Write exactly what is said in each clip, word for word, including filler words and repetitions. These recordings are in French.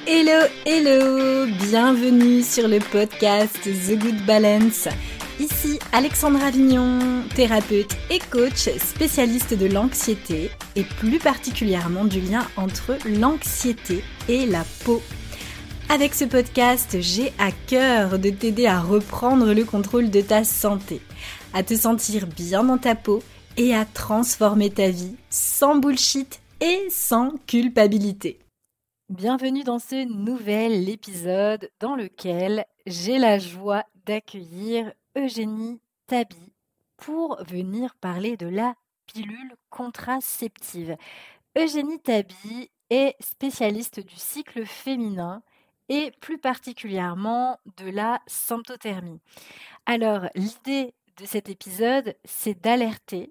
Hello, hello, bienvenue sur le podcast The Good Balance. Ici Alexandra Vignon, thérapeute et coach spécialiste de l'anxiété et plus particulièrement du lien entre l'anxiété et la peau. Avec ce podcast, j'ai à cœur de t'aider à reprendre le contrôle de ta santé, à te sentir bien dans ta peau et à transformer ta vie sans bullshit et sans culpabilité. Bienvenue dans ce nouvel épisode dans lequel j'ai la joie d'accueillir Eugénie Tabi pour venir parler de la pilule contraceptive. Eugénie Tabi est spécialiste du cycle féminin et plus particulièrement de la symptothermie. Alors, l'idée de cet épisode, c'est d'alerter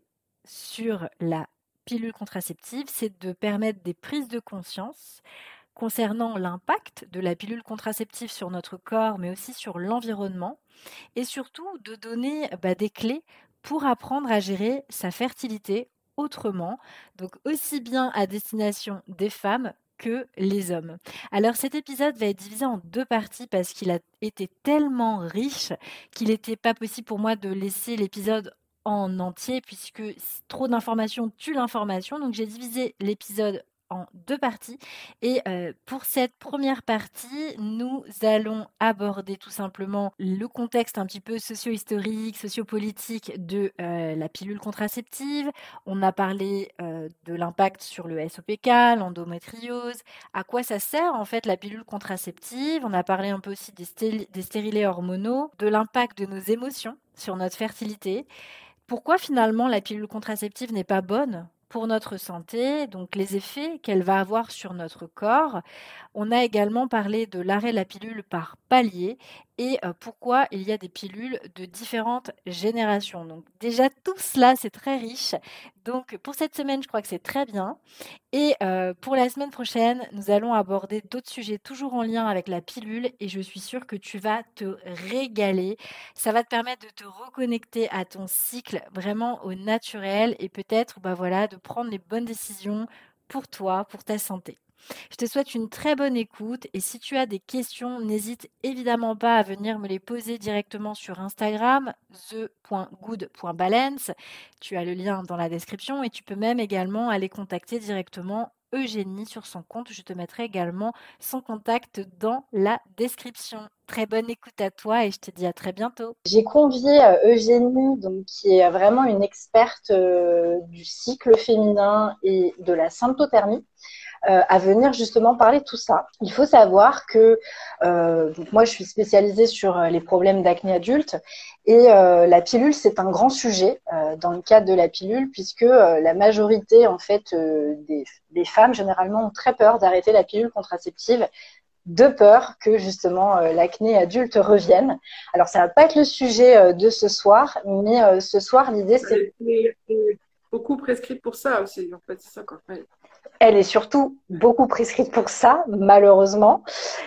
sur la pilule contraceptive, c'est de permettre des prises de conscience concernant l'impact de la pilule contraceptive sur notre corps, mais aussi sur l'environnement, et surtout de donner bah, des clés pour apprendre à gérer sa fertilité autrement, donc aussi bien à destination des femmes que les hommes. Alors cet épisode va être divisé en deux parties parce qu'il a été tellement riche qu'il n'était pas possible pour moi de laisser l'épisode en entier puisque trop d'informations tue l'information. Donc j'ai divisé l'épisode en deux parties et euh, pour cette première partie, nous allons aborder tout simplement le contexte un petit peu socio-historique, sociopolitique de euh, la pilule contraceptive. On a parlé euh, de l'impact sur le S O P K, l'endométriose, à quoi ça sert en fait la pilule contraceptive. On a parlé un peu aussi des, stéri- des stérilés hormonaux, de l'impact de nos émotions sur notre fertilité. Pourquoi finalement la pilule contraceptive n'est pas bonne pour notre santé, donc les effets qu'elle va avoir sur notre corps. On a également parlé de l'arrêt de la pilule par palier et euh, pourquoi il y a des pilules de différentes générations. Donc déjà tout cela c'est très riche. Donc pour cette semaine je crois que c'est très bien. Et euh, pour la semaine prochaine, nous allons aborder d'autres sujets toujours en lien avec la pilule et je suis sûre que tu vas te régaler. Ça va te permettre de te reconnecter à ton cycle vraiment au naturel et peut-être bah voilà, de prendre les bonnes décisions pour toi, pour ta santé. Je te souhaite une très bonne écoute et si tu as des questions, n'hésite évidemment pas à venir me les poser directement sur Instagram, the point good point balance. Tu as le lien dans la description et tu peux même également aller contacter directement Eugénie sur son compte. Je te mettrai également son contact dans la description. Très bonne écoute à toi et je te dis à très bientôt. J'ai convié euh, Eugénie, donc, qui est vraiment une experte euh, du cycle féminin et de la symptothermie, euh, à venir justement parler de tout ça. Il faut savoir que euh, donc moi, je suis spécialisée sur les problèmes d'acné adulte et euh, la pilule, c'est un grand sujet euh, dans le cadre de la pilule puisque euh, la majorité en fait euh, des, des femmes généralement ont très peur d'arrêter la pilule contraceptive de peur que justement euh, l'acné adulte revienne. Alors ça va pas être le sujet euh, de ce soir, mais euh, ce soir l'idée c'est Elle est beaucoup prescrite pour ça aussi, en fait, c'est ça quoi. Ouais. Elle est surtout beaucoup prescrite pour ça, malheureusement.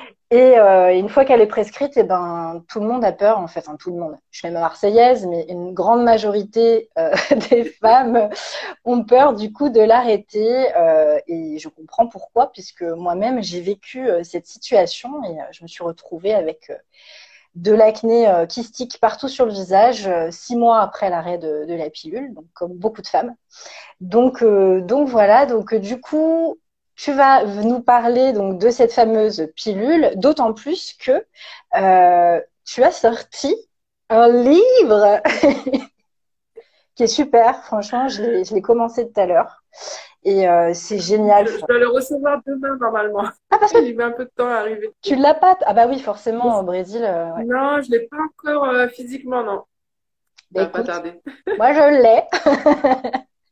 Et euh, une fois qu'elle est prescrite, eh ben tout le monde a peur en fait, enfin tout le monde. Je suis même marseillaise, mais une grande majorité euh, des femmes ont peur du coup de l'arrêter. Euh, et je comprends pourquoi, puisque moi-même j'ai vécu euh, cette situation et euh, je me suis retrouvée avec euh, de l'acné euh, kystique partout sur le visage euh, six mois après l'arrêt de, de la pilule, donc comme beaucoup de femmes. Donc, euh, donc voilà. Donc euh, du coup, tu vas nous parler donc de cette fameuse pilule, d'autant plus que euh, tu as sorti un livre qui est super. Franchement, je l'ai, je l'ai commencé tout à l'heure et euh, c'est génial. Je, je dois le recevoir demain normalement. Ah parce que Il met un peu de temps à arriver. tu l'as pas. Ah bah oui, forcément au Brésil. Euh, ouais. Non, je l'ai pas encore euh, physiquement, non. Bah, Ça va pas écoute, tarder. moi je l'ai.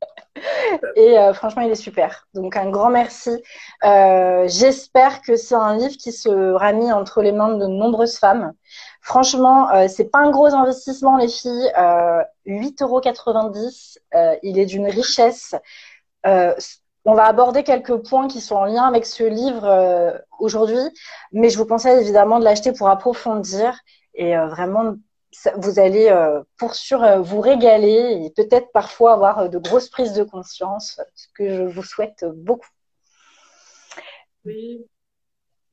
Et euh, franchement, il est super. Donc, un grand merci. Euh, j'espère que c'est un livre qui sera mis entre les mains de nombreuses femmes. Franchement, euh, c'est pas un gros investissement, les filles. Euh, huit euros quatre-vingt-dix. Euh, il est d'une richesse. Euh, on va aborder quelques points qui sont en lien avec ce livre euh, aujourd'hui, mais je vous conseille évidemment de l'acheter pour approfondir et euh, vraiment vous allez euh, pour sûr euh, vous régaler et peut-être parfois avoir euh, de grosses prises de conscience, ce que je vous souhaite beaucoup. Oui.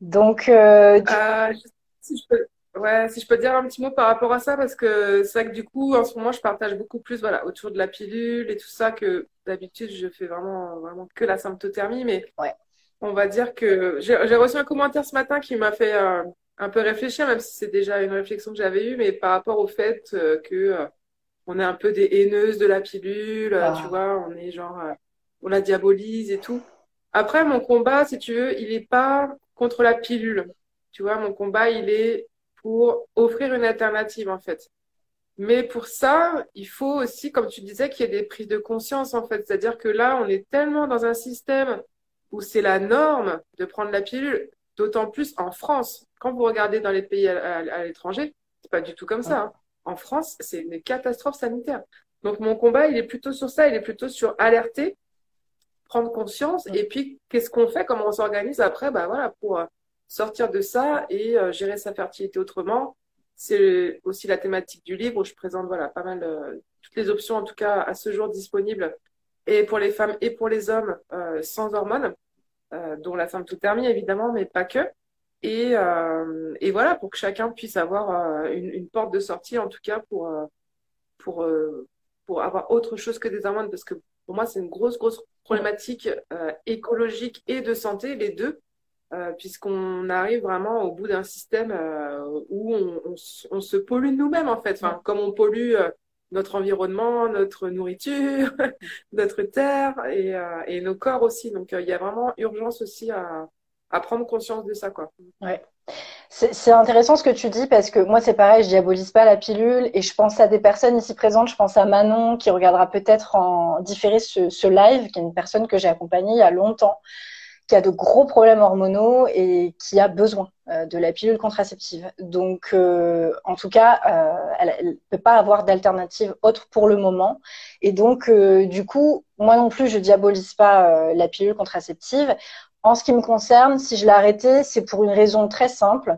Donc, euh, du... Euh, je- si je peux, ouais, si je peux dire un petit mot par rapport à ça, parce que c'est vrai que du coup, en ce moment, je partage beaucoup plus, voilà, autour de la pilule et tout ça, que d'habitude, je fais vraiment, vraiment que la symptothermie. Mais ouais. on va dire que j'ai j'ai reçu un commentaire ce matin qui m'a fait euh, un peu réfléchir, même si c'est déjà une réflexion que j'avais eue, mais par rapport au fait euh, que euh, on est un peu des haineuses de la pilule, euh, tu Ah, vois, on est genre, euh, on la diabolise et tout. Après, mon combat, si tu veux, il est pas contre la pilule. Tu vois, mon combat, il est pour offrir une alternative, en fait. Mais pour ça, il faut aussi, comme tu disais, qu'il y ait des prises de conscience, en fait. C'est-à-dire que là, on est tellement dans un système où c'est la norme de prendre la pilule, d'autant plus en France. Quand vous regardez dans les pays à, à- à l'étranger, c'est pas du tout comme ça, hein. En France, c'est une catastrophe sanitaire. Donc, mon combat, il est plutôt sur ça, il est plutôt sur alerter, prendre conscience, et puis, qu'est-ce qu'on fait, comment on s'organise après, bah voilà, pour euh, sortir de ça et euh, gérer sa fertilité autrement. C'est aussi la thématique du livre où je présente voilà, pas mal, euh, toutes les options, en tout cas à ce jour disponibles, et pour les femmes et pour les hommes, euh, sans hormones, euh, dont la symptothermie évidemment, mais pas que. Et, euh, et voilà, pour que chacun puisse avoir euh, une, une porte de sortie, en tout cas pour, euh, pour, euh, pour avoir autre chose que des hormones, parce que pour moi, c'est une grosse, grosse problématique euh, écologique et de santé, les deux, euh, puisqu'on arrive vraiment au bout d'un système euh, où on, on, s- on se pollue nous-mêmes, en fait. Enfin, comme on pollue euh, notre environnement, notre nourriture, notre terre et, euh, et nos corps aussi. Donc, euh, il y a vraiment urgence aussi à, à prendre conscience de ça, quoi. ouais. C'est c'est intéressant ce que tu dis parce que moi c'est pareil, je diabolise pas la pilule et je pense à des personnes ici présentes. Je pense à Manon qui regardera peut-être en différé ce, ce live, qui est une personne que j'ai accompagnée il y a longtemps, qui a de gros problèmes hormonaux et qui a besoin euh, de la pilule contraceptive. Donc, euh, en tout cas, euh, elle ne peut pas avoir d'alternative autre pour le moment. Et donc, euh, du coup, moi non plus, je diabolise pas euh, la pilule contraceptive. En ce qui me concerne, si je l'ai arrêtée, c'est pour une raison très simple.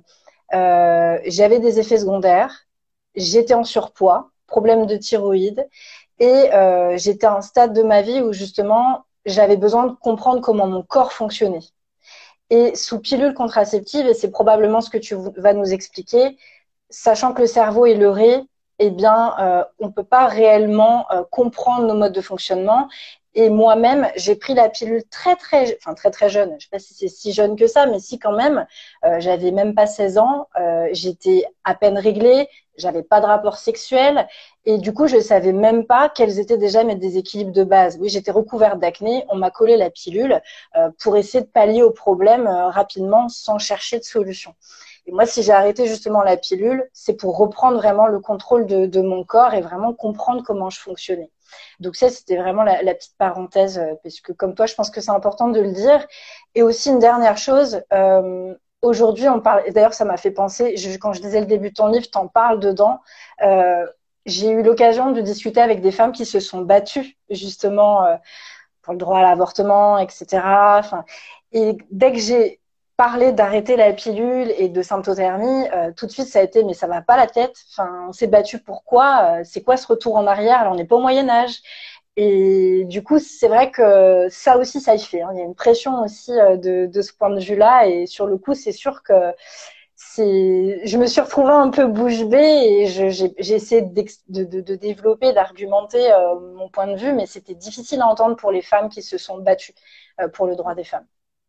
Euh, j'avais des effets secondaires, j'étais en surpoids, problème de thyroïde, et euh, j'étais à un stade de ma vie où justement j'avais besoin de comprendre comment mon corps fonctionnait. Et sous pilule contraceptive, et c'est probablement ce que tu vas nous expliquer, sachant que le cerveau est leurré, eh bien, euh, on ne peut pas réellement euh, comprendre nos modes de fonctionnement. Et moi-même, j'ai pris la pilule très, très, enfin, très, très jeune. Je ne sais pas si c'est si jeune que ça, mais si quand même. Euh, j'avais même pas seize ans. Euh, j'étais à peine réglée. J'avais pas de rapport sexuel. Et du coup, je savais même pas quels étaient déjà mes déséquilibres de base. Oui, j'étais recouverte d'acné. On m'a collé la pilule euh, pour essayer de pallier au problème euh, rapidement sans chercher de solution. Et moi, si j'ai arrêté justement la pilule, c'est pour reprendre vraiment le contrôle de, de mon corps et vraiment comprendre comment je fonctionnais. Donc ça, c'était vraiment la, la petite parenthèse, euh, parce que comme toi, je pense que c'est important de le dire. Et aussi une dernière chose, euh, aujourd'hui, on parle, et d'ailleurs, ça m'a fait penser, je, quand je disais le début de ton livre, t'en parles dedans, euh, j'ai eu l'occasion de discuter avec des femmes qui se sont battues justement euh, pour le droit à l'avortement, et cetera. Enfin, et dès que j'ai parlé d'arrêter la pilule et de symptothermie, euh, tout de suite ça a été mais ça va pas la tête. Enfin, on s'est battu pourquoi euh, C'est quoi ce retour en arrière Alors on n'est pas au Moyen Âge. Et du coup, c'est vrai que ça aussi, ça y fait, hein. Il y a une pression aussi euh, de, de ce point de vue-là. Et sur le coup, c'est sûr que c'est, je me suis retrouvée un peu bouche bée et je, j'ai, j'ai essayé de, de, de développer, d'argumenter euh, mon point de vue, mais c'était difficile à entendre pour les femmes qui se sont battues euh, pour le droit des femmes.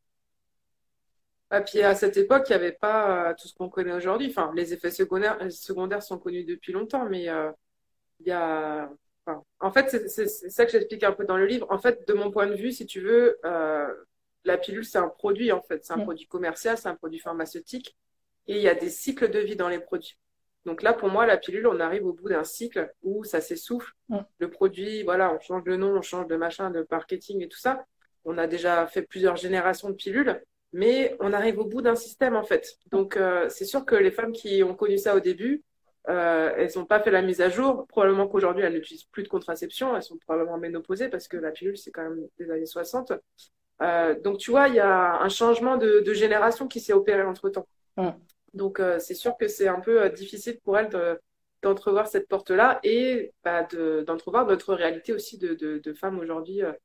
Et puis à cette époque, il n'y avait pas euh, tout ce qu'on connaît aujourd'hui. Enfin, les effets secondaires, secondaires sont connus depuis longtemps, mais euh, il y a. Enfin, en fait, c'est c'est- c'est ça que j'explique un peu dans le livre. En fait, de mon point de vue, si tu veux, euh, la pilule, c'est un produit, en fait. C'est un Mm. produit commercial, c'est un produit pharmaceutique. Et il y a des cycles de vie dans les produits. Donc là, pour moi, la pilule, on arrive au bout d'un cycle où ça s'essouffle. Mm. Le produit, voilà, on change de nom, on change de machin, de marketing et tout ça. On a déjà fait plusieurs générations de pilules, mais on arrive au bout d'un système, en fait. Donc, euh, c'est sûr que les femmes qui ont connu ça au début, euh, elles n'ont pas fait la mise à jour. Probablement qu'aujourd'hui, elles n'utilisent plus de contraception. Elles sont probablement ménopausées parce que la pilule, c'est quand même des années soixante. Euh, donc, tu vois, il y a un changement de, de génération qui s'est opéré entre-temps. Mm. Donc, euh, c'est sûr que c'est un peu euh, difficile pour elles de, d'entrevoir cette porte-là et bah, de, d'entrevoir notre réalité aussi de, de, de femmes aujourd'hui euh,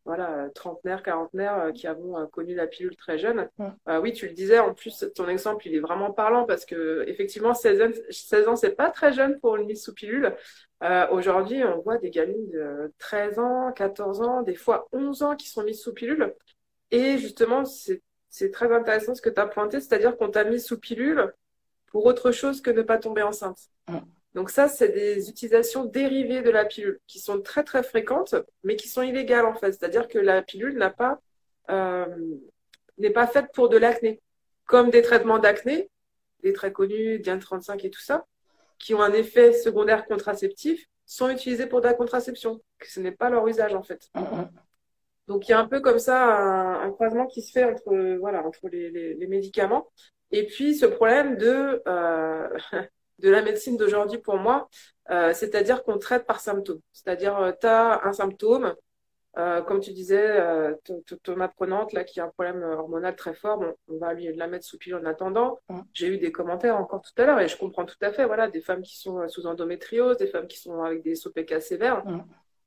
voilà, trentenaires, quarantenaires euh, qui avons euh, connu la pilule très jeune. Mm. Euh, oui, tu le disais, en plus, ton exemple, il est vraiment parlant parce que effectivement, seize ans, seize ans, c'est pas très jeune pour une mise sous pilule. Euh, aujourd'hui, on voit des gamines de treize ans, quatorze ans, des fois onze ans qui sont mises sous pilule. Et justement, c'est, c'est très intéressant ce que tu as pointé, c'est-à-dire qu'on t'a mis sous pilule pour autre chose que ne pas tomber enceinte. Mm. Donc ça, c'est des utilisations dérivées de la pilule qui sont très très fréquentes, mais qui sont illégales en fait. C'est-à-dire que la pilule n'a pas, euh, n'est pas faite pour de l'acné, comme des traitements d'acné, des très connus, Diane trente-cinq et tout ça, qui ont un effet secondaire contraceptif, sont utilisés pour de la contraception. Que ce n'est pas leur usage en fait. Mm. Donc il y a un peu comme ça un, un croisement qui se fait entre voilà entre les, les, les médicaments et puis ce problème de euh, de la médecine d'aujourd'hui pour moi, euh, c'est-à-dire qu'on traite par symptômes. C'est-à-dire, euh, tu as un symptôme, euh, comme tu disais, euh, ton, ton, ton apprenante là, qui a un problème hormonal très fort, bon, on va lui la mettre sous pilule en attendant. Mm. J'ai eu des commentaires encore tout à l'heure et je comprends tout à fait, voilà, des femmes qui sont sous endométriose, des femmes qui sont avec des S O P K sévères. Mm.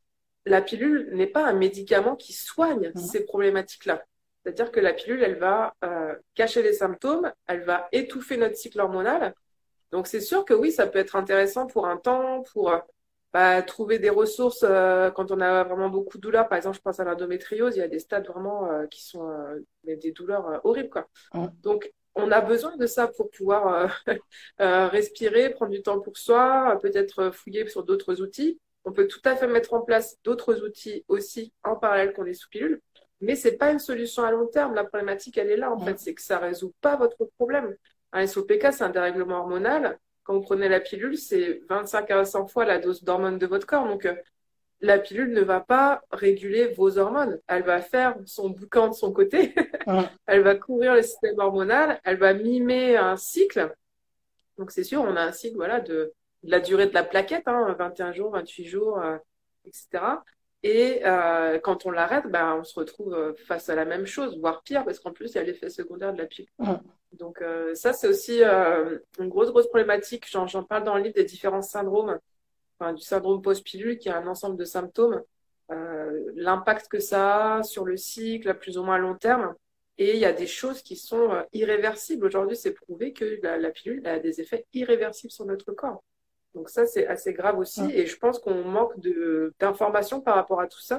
La pilule n'est pas un médicament qui soigne Mm. ces problématiques-là. C'est-à-dire que la pilule, elle va euh, cacher les symptômes, elle va étouffer notre cycle hormonal. Donc, c'est sûr que oui, ça peut être intéressant pour un temps, pour euh, bah, trouver des ressources euh, quand on a vraiment beaucoup de douleurs. Par exemple, je pense à l'endométriose, il y a des stades vraiment euh, qui sont euh, des douleurs euh, horribles, quoi. Mm. Donc, on a besoin de ça pour pouvoir euh, euh, respirer, prendre du temps pour soi, peut-être fouiller sur d'autres outils. On peut tout à fait mettre en place d'autres outils aussi en parallèle qu'on est sous pilule. Mais c'est pas une solution à long terme. La problématique, elle est là, en Mm. fait. C'est que ça résout pas votre problème. Un S O P K, c'est un dérèglement hormonal. Quand vous prenez la pilule, c'est vingt-cinq à cent fois la dose d'hormones de votre corps. Donc, euh, la pilule ne va pas réguler vos hormones. Elle va faire son boucan de son côté. Mm. Elle va courir le système hormonal. Elle va mimer un cycle. Donc, c'est sûr, on a un cycle, voilà, de, de la durée de la plaquette, hein, vingt et un jours, vingt-huit jours, euh, et cetera. Et euh, quand on l'arrête, ben, on se retrouve face à la même chose, voire pire, parce qu'en plus, il y a l'effet secondaire de la pilule. Mm. Donc euh, ça, c'est aussi euh, une grosse, grosse problématique. J'en, j'en parle dans le livre des différents syndromes, enfin, du syndrome post-pilule, qui est un ensemble de symptômes, euh, l'impact que ça a sur le cycle à plus ou moins long terme. Et il y a des choses qui sont euh, irréversibles. Aujourd'hui, c'est prouvé que la, la pilule a des effets irréversibles sur notre corps. Donc ça, c'est assez grave aussi. Mm. Et je pense qu'on manque de, d'informations par rapport à tout ça.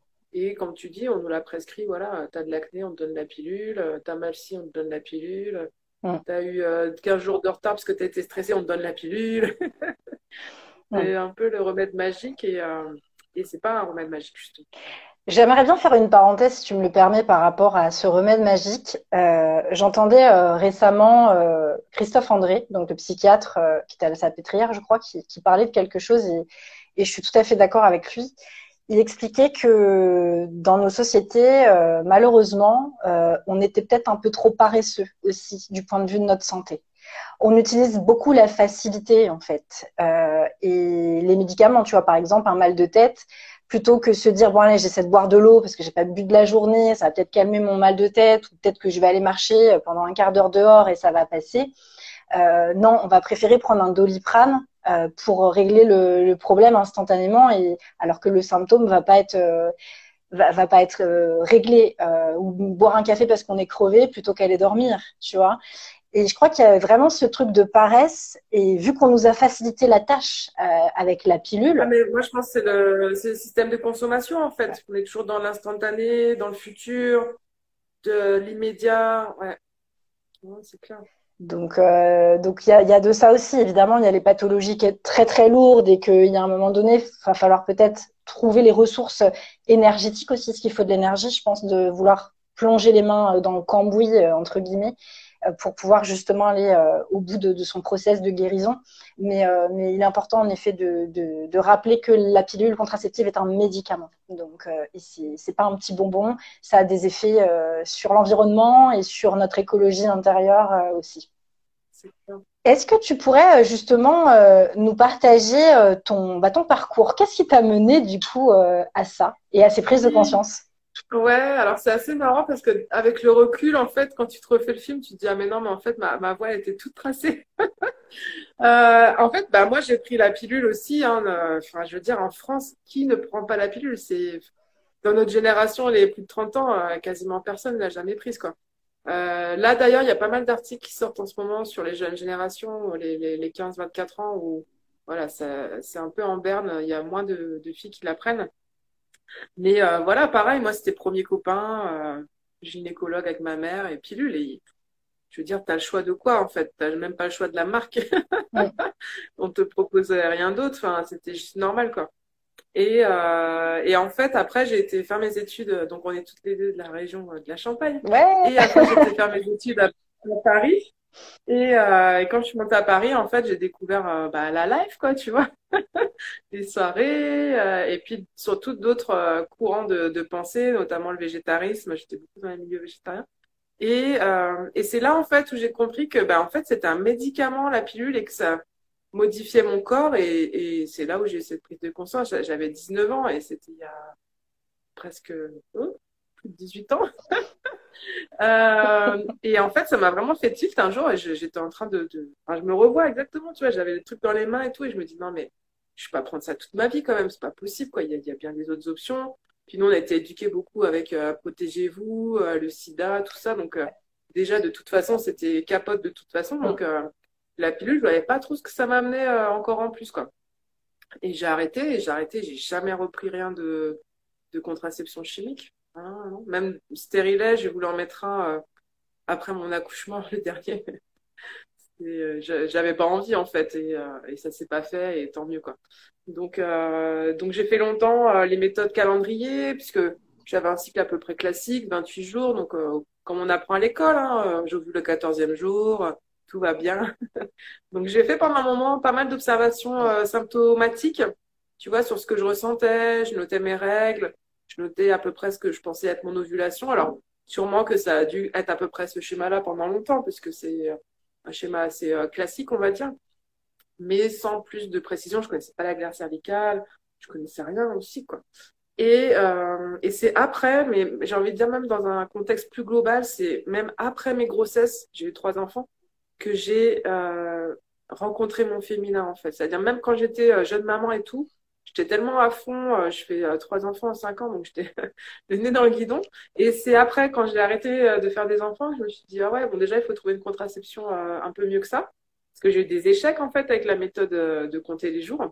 Et comme tu dis, on nous l'a prescrit, voilà, t'as de l'acné, on te donne la pilule, t'as mal ci, on te donne la pilule, Mm. t'as eu euh, quinze jours de retard parce que t'as été stressé, on te donne la pilule. Mm. C'est un peu le remède magique et, euh, et c'est pas un remède magique, justement. J'aimerais bien faire une parenthèse, si tu me le permets, par rapport à ce remède magique. Euh, j'entendais euh, récemment euh, Christophe André, donc le psychiatre euh, qui est à la Salpêtrière, je crois, qui, qui parlait de quelque chose et, et je suis tout à fait d'accord avec lui. Il expliquait que dans nos sociétés, euh, malheureusement, euh, on était peut-être un peu trop paresseux aussi du point de vue de notre santé. On utilise beaucoup la facilité en fait, euh, et les médicaments, tu vois, par exemple, un mal de tête, plutôt que se dire bon allez, j'essaie de boire de l'eau parce que j'ai pas bu de la journée, ça va peut-être calmer mon mal de tête, ou peut-être que je vais aller marcher pendant un quart d'heure dehors et ça va passer. Euh, non, on va préférer prendre un Doliprane euh, pour régler le, le problème instantanément, et alors que le symptôme va pas être euh, va, va pas être euh, réglé, euh, ou boire un café parce qu'on est crevé plutôt qu'aller dormir, tu vois. Et je crois qu'il y a vraiment ce truc de paresse, et vu qu'on nous a facilité la tâche euh, avec la pilule. Ah, mais moi, je pense que c'est le, c'est le système de consommation, en fait. On est toujours dans l'instantané, dans le futur, de l'immédiat. Ouais, ouais, c'est clair. Donc, euh, donc il y a, y a de ça aussi. Évidemment, il y a les pathologies qui sont très très lourdes, et qu'il y a un moment donné, il va falloir peut-être trouver les ressources énergétiques aussi, ce qu'il faut de l'énergie, je pense, de vouloir plonger les mains dans le cambouis, entre guillemets, pour pouvoir justement aller euh, au bout de, de son process de guérison. Mais, euh, mais il est important en effet de, de, de rappeler que la pilule contraceptive est un médicament. Donc euh, c'est, c'est pas un petit bonbon, ça a des effets euh, sur l'environnement et sur notre écologie intérieure euh, aussi. C'est clair. Est-ce que tu pourrais justement euh, nous partager euh, ton, bah, ton parcours? Qu'est-ce qui t'a mené du coup euh, à ça et à ces prises de conscience? Ouais, alors c'est assez marrant parce que avec le recul, en fait, quand tu te refais le film, tu te dis ah mais non, mais en fait ma, ma voie elle était toute tracée. euh, en fait, bah moi j'ai pris la pilule aussi. Hein, euh, enfin, je veux dire, en France, qui ne prend pas la pilule? C'est dans notre génération, les plus de trente ans, euh, quasiment personne ne l'a jamais prise, quoi. Euh, là, d'ailleurs, il y a pas mal d'articles qui sortent en ce moment sur les jeunes générations, les, les, les quinze vingt-quatre ans, où voilà, ça, c'est un peu en berne, il y a moins de, de filles qui la prennent. Mais euh, voilà, pareil, moi, c'était premier copain, euh, gynécologue avec ma mère et pilule. Et je veux dire, t'as le choix de quoi, en fait? T'as même pas le choix de la marque. Ouais. On te proposait rien d'autre. Enfin, c'était juste normal, quoi. Et, euh, et en fait, après, j'ai été faire mes études. Donc, on est toutes les deux de la région euh, de la Champagne. Ouais. Et après, j'ai été faire mes études à, à Paris. Et, euh, et quand je suis montée à Paris, en fait, j'ai découvert euh, bah, la life, quoi, tu vois. Des soirées, euh, et puis surtout d'autres euh, courants de, de pensée, notamment le végétarisme. J'étais beaucoup dans les milieux végétariens. Et, euh, et c'est là, en fait, où j'ai compris que, bah, en fait, c'était un médicament, la pilule, et que ça modifiait mon corps. Et, et c'est là où j'ai eu cette prise de conscience. J'avais dix-neuf ans et c'était il y a presque oh, plus de dix-huit ans. Euh, et en fait, ça m'a vraiment fait tilt un jour et je- j'étais en train de, de... Enfin, je me revois exactement, tu vois, j'avais des trucs dans les mains et tout et je me dis non mais je peux pas prendre ça toute ma vie quand même, c'est pas possible quoi, il y a, il y a bien des autres options. Puis nous, on a été éduqués beaucoup avec euh, protégez-vous, euh, le sida, tout ça, donc euh, déjà de toute façon, c'était capote de toute façon, donc euh, la pilule, je voyais pas trop ce que ça m'amenait euh, encore en plus quoi. Et j'ai arrêté et j'ai arrêté, j'ai jamais repris rien de, de contraception chimique. Ah, non. Même stérilet, j'ai voulu en mettre un euh, après mon accouchement, le dernier. Et, euh, j'a- j'avais pas envie en fait et, euh, et ça s'est pas fait et tant mieux quoi. Donc euh, donc j'ai fait longtemps euh, les méthodes calendrier puisque j'avais un cycle à peu près classique, vingt-huit jours. Donc euh, comme on apprend à l'école, hein, euh, j'ovule le quatorzième jour, euh, tout va bien. Donc j'ai fait pendant un moment pas mal d'observations euh, symptomatiques, tu vois, sur ce que je ressentais. Je notais mes règles, je notais à peu près ce que je pensais être mon ovulation. Alors sûrement que ça a dû être à peu près ce schéma-là pendant longtemps puisque c'est euh, un schéma assez euh, classique, on va dire, mais sans plus de précision. Je connaissais pas la glaire cervicale, je connaissais rien aussi, quoi. Et, euh, et c'est après, mais j'ai envie de dire même dans un contexte plus global, c'est même après mes grossesses, j'ai eu trois enfants, que j'ai euh, rencontré mon féminin, en fait. C'est-à-dire même quand j'étais euh, jeune maman et tout, j'étais tellement à fond, euh, je fais euh, trois enfants en cinq ans, donc j'étais le nez dans le guidon. Et c'est après, quand j'ai arrêté euh, de faire des enfants, je me suis dit, ah ouais, bon déjà, il faut trouver une contraception euh, un peu mieux que ça. Parce que j'ai eu des échecs, en fait, avec la méthode euh, de compter les jours.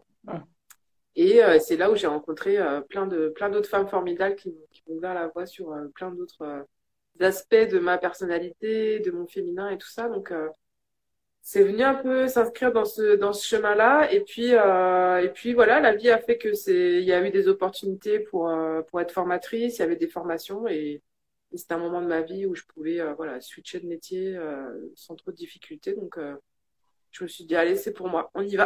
Et euh, c'est là où j'ai rencontré euh, plein de plein d'autres femmes formidables qui, m'ont- qui m'ont ouvert la voie sur euh, plein d'autres euh, aspects de ma personnalité, de mon féminin et tout ça. Donc euh, c'est venu un peu s'inscrire dans ce dans ce chemin-là. Et puis euh, et puis voilà, la vie a fait que c'est il y a eu des opportunités pour euh, pour être formatrice. Il y avait des formations et, et c'était un moment de ma vie où je pouvais euh, voilà switcher de métier euh, sans trop de difficultés. Donc euh, je me suis dit allez, c'est pour moi, on y va.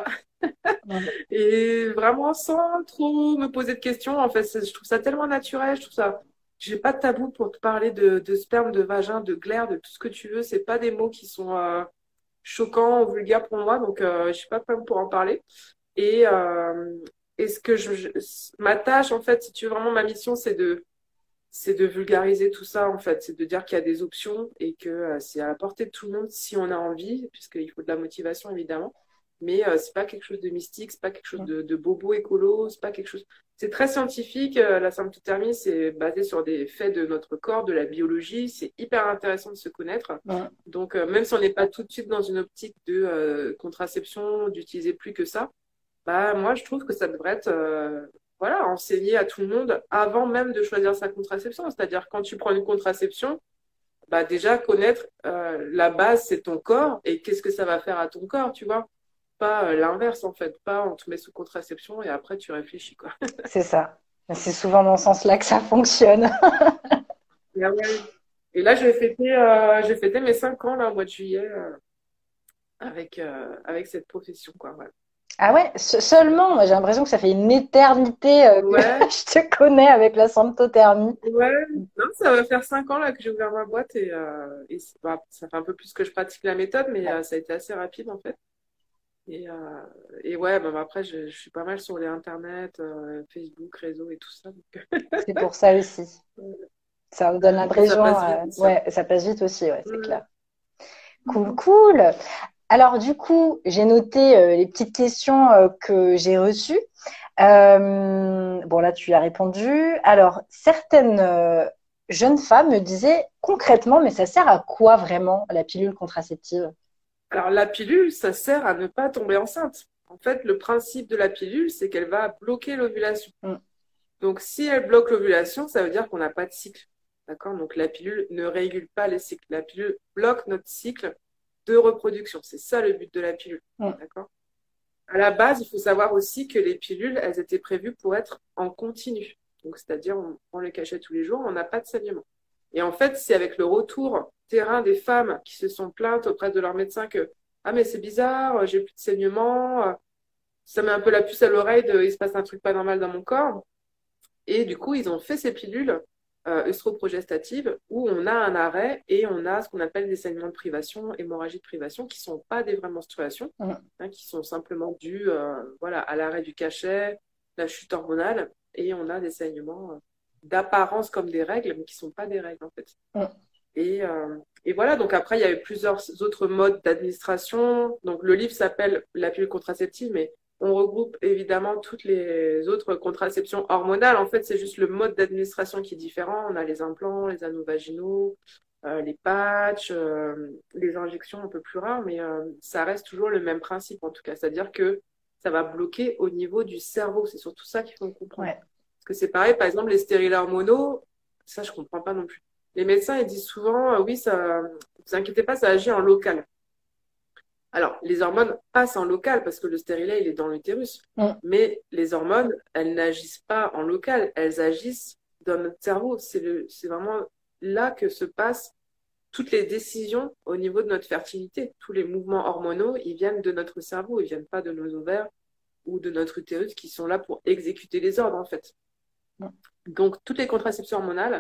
Et vraiment sans trop me poser de questions, en fait, c'est- je trouve ça tellement naturel, je trouve ça, j'ai pas de tabou pour te parler de, de sperme, de vagin, de glaire, de tout ce que tu veux. C'est pas des mots qui sont euh, choquants ou vulgaires pour moi, donc euh, je suis pas prête pour en parler. Et, euh, et ce que je, je- ma tâche, en fait, si tu veux vraiment ma mission, c'est de, c'est de vulgariser tout ça, en fait, c'est de dire qu'il y a des options et que euh, c'est à la portée de tout le monde si on a envie, puisqu'il faut de la motivation, évidemment. Mais euh, c'est pas quelque chose de mystique, c'est pas quelque chose de, de bobo écolo, c'est pas quelque chose. C'est très scientifique. euh, la symptothermie, c'est basé sur des faits de notre corps, de la biologie. C'est hyper intéressant de se connaître. Ouais. Donc, euh, même si on n'est pas tout de suite dans une optique de euh, contraception, d'utiliser plus que ça, bah moi, je trouve que ça devrait être euh, voilà, enseigné à tout le monde avant même de choisir sa contraception. C'est-à-dire quand tu prends une contraception, bah déjà connaître euh, la base, c'est ton corps et qu'est-ce que ça va faire à ton corps, tu vois. Pas euh, l'inverse en fait, pas on te met sous contraception et après tu réfléchis quoi. C'est ça. C'est souvent dans ce sens-là que ça fonctionne. Et, ah ouais. Et là, j'ai fêté, euh, j'ai fêté mes cinq ans là au mois de juillet euh, avec euh, avec cette profession quoi. Ouais. Ah ouais, se- seulement, moi j'ai l'impression que ça fait une éternité euh, que Ouais, je te connais avec la symptothermie. ouais. Non, ça va faire cinq ans là que j'ai ouvert ma boîte et, euh, et c'est- bah, ça fait un peu plus que je pratique la méthode, mais euh, ça a été assez rapide en fait. Et, euh, et ouais, bah, après, je, je suis pas mal sur les internet, euh, Facebook, réseau et tout ça. Donc, C'est pour ça aussi. Ça vous donne ça l'impression. passe euh, vite, ça. ouais, ça passe vite aussi, ouais, c'est Ouais. clair. Cool, cool. Alors du coup, j'ai noté euh, les petites questions euh, que j'ai reçues. Euh, bon, là, tu y as répondu. Alors, certaines euh, jeunes femmes me disaient concrètement, mais ça sert à quoi vraiment la pilule contraceptive? Alors, la pilule, ça sert à ne pas tomber enceinte. En fait, le principe de la pilule, c'est qu'elle va bloquer l'ovulation. Mm. Donc, si elle bloque l'ovulation, ça veut dire qu'on n'a pas de cycle. D'accord? Donc, la pilule ne régule pas les cycles. La pilule bloque notre cycle de reproduction. C'est ça le but de la pilule. Mm. D'accord? À la base, il faut savoir aussi que les pilules, elles étaient prévues pour être en continu. Donc, c'est-à-dire, on prend le cachet tous les jours, on n'a pas de saignement. Et en fait, c'est avec le retour terrain des femmes qui se sont plaintes auprès de leur médecin que ah, mais c'est bizarre, j'ai plus de saignement, ça met un peu la puce à l'oreille de il se passe un truc pas normal dans mon corps. Et du coup, ils ont fait ces pilules euh, œstroprogestatives où on a un arrêt et on a ce qu'on appelle des saignements de privation, hémorragie de privation, qui ne sont pas des vraies menstruations, Mm. hein, qui sont simplement dus euh, voilà, à l'arrêt du cachet, la chute hormonale, et on a des saignements euh, d'apparence comme des règles, mais qui ne sont pas des règles en fait. Mm. Et, euh, et voilà, donc après, il y a eu plusieurs autres modes d'administration. Donc le livre s'appelle La pilule contraceptive, mais on regroupe évidemment toutes les autres contraceptions hormonales. En fait, c'est juste le mode d'administration qui est différent. On a les implants, les anneaux vaginaux, euh, les patchs, euh, les injections un peu plus rares, mais euh, ça reste toujours le même principe en tout cas. C'est-à-dire que ça va bloquer au niveau du cerveau. C'est surtout ça qu'il faut comprendre. Ouais. Parce que c'est pareil, par exemple, les stériles hormonaux, ça, je comprends pas non plus. Les médecins, ils disent souvent, euh, oui, ça, vous inquiétez pas, ça agit en local. Alors, les hormones passent en local parce que le stérilet, il est dans l'utérus. Mm. Mais les hormones, elles n'agissent pas en local, elles agissent dans notre cerveau. C'est le, c'est vraiment là que se passent toutes les décisions au niveau de notre fertilité. Tous les mouvements hormonaux, ils viennent de notre cerveau, ils viennent pas de nos ovaires ou de notre utérus qui sont là pour exécuter les ordres, en fait. Mm. Donc, toutes les contraceptions hormonales,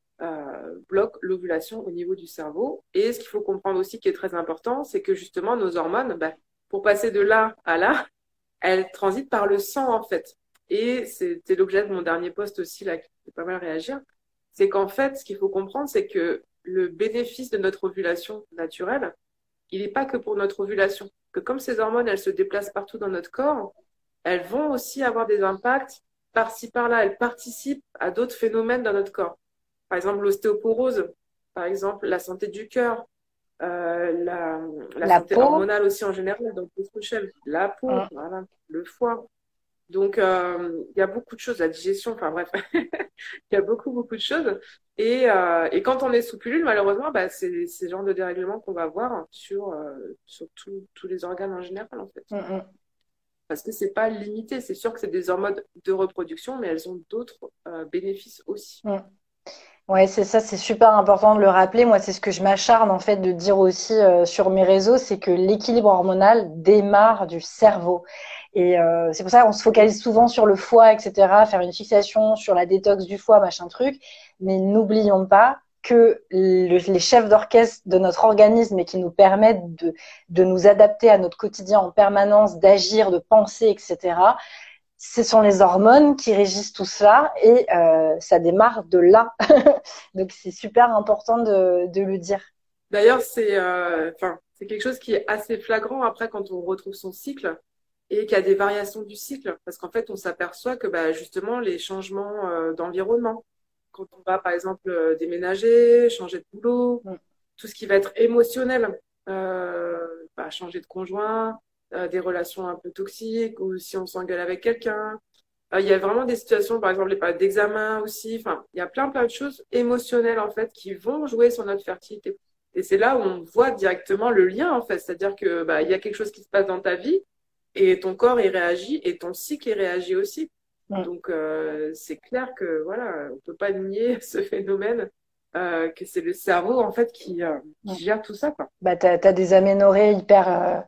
Euh, bloque l'ovulation au niveau du cerveau. Et ce qu'il faut comprendre aussi qui est très important, c'est que justement nos hormones, bah, pour passer de là à là, elles transitent par le sang en fait. Et c'était l'objet de mon dernier post aussi, là, qui fait pas mal réagir, c'est qu'en fait, ce qu'il faut comprendre, c'est que le bénéfice de notre ovulation naturelle, il n'est pas que pour notre ovulation. Que comme ces hormones, elles se déplacent partout dans notre corps, elles vont aussi avoir des impacts par-ci, par-là. Elles participent à d'autres phénomènes dans notre corps. Par exemple, l'ostéoporose, par exemple, la santé du cœur, euh, la, la, La santé peau. hormonale aussi en général, donc l'autre échelle, la peau, Mm. voilà, le foie. Donc, euh, il y a beaucoup de choses, la digestion, enfin bref, il y a beaucoup, beaucoup de choses. Et, euh, et quand on est sous pilule, malheureusement, bah, c'est ce genre de dérèglement qu'on va voir sur, euh, sur tout- tous les organes en général, en fait. Mm, mm. Parce que c'est pas limité. C'est sûr que c'est des hormones de reproduction, mais elles ont d'autres euh, bénéfices aussi. Mm. Ouais, c'est ça, c'est super important de le rappeler. Moi, c'est ce que je m'acharne en fait de dire aussi euh, sur mes réseaux, c'est que l'équilibre hormonal démarre du cerveau. Et euh, c'est pour ça qu'on se focalise souvent sur le foie, et cetera, faire une fixation sur la détox du foie, machin truc. Mais n'oublions pas que le- les chefs d'orchestre de notre organisme et qui nous permettent de, de nous adapter à notre quotidien en permanence, d'agir, de penser, et cetera, ce sont les hormones qui régissent tout ça et euh, ça démarre de là. Donc c'est super important de, de le dire. D'ailleurs, c'est euh, enfin, c'est quelque chose qui est assez flagrant après quand on retrouve son cycle et qu'il y a des variations du cycle. Parce qu'en fait, on s'aperçoit que bah, justement, les changements euh, d'environnement, quand on va par exemple euh, déménager, changer de boulot, Mm. tout ce qui va être émotionnel, euh, bah, changer de conjoint, euh, des relations un peu toxiques ou si on s'engueule avec quelqu'un. Euh, Il y a vraiment des situations, par exemple les périodes d'examen aussi. Enfin, il y a plein plein de choses émotionnelles en fait qui vont jouer sur notre fertilité. Et c'est là où on voit directement le lien en fait, c'est-à-dire que bah, il y a quelque chose qui se passe dans ta vie et ton corps il réagit et ton cycle il réagit aussi. Mm. Donc euh, c'est clair que voilà, on peut pas nier ce phénomène euh, que c'est le cerveau en fait qui, euh, qui Mm. gère tout ça quoi. Bah, t'as, t'as des aménorrhées hyper, euh,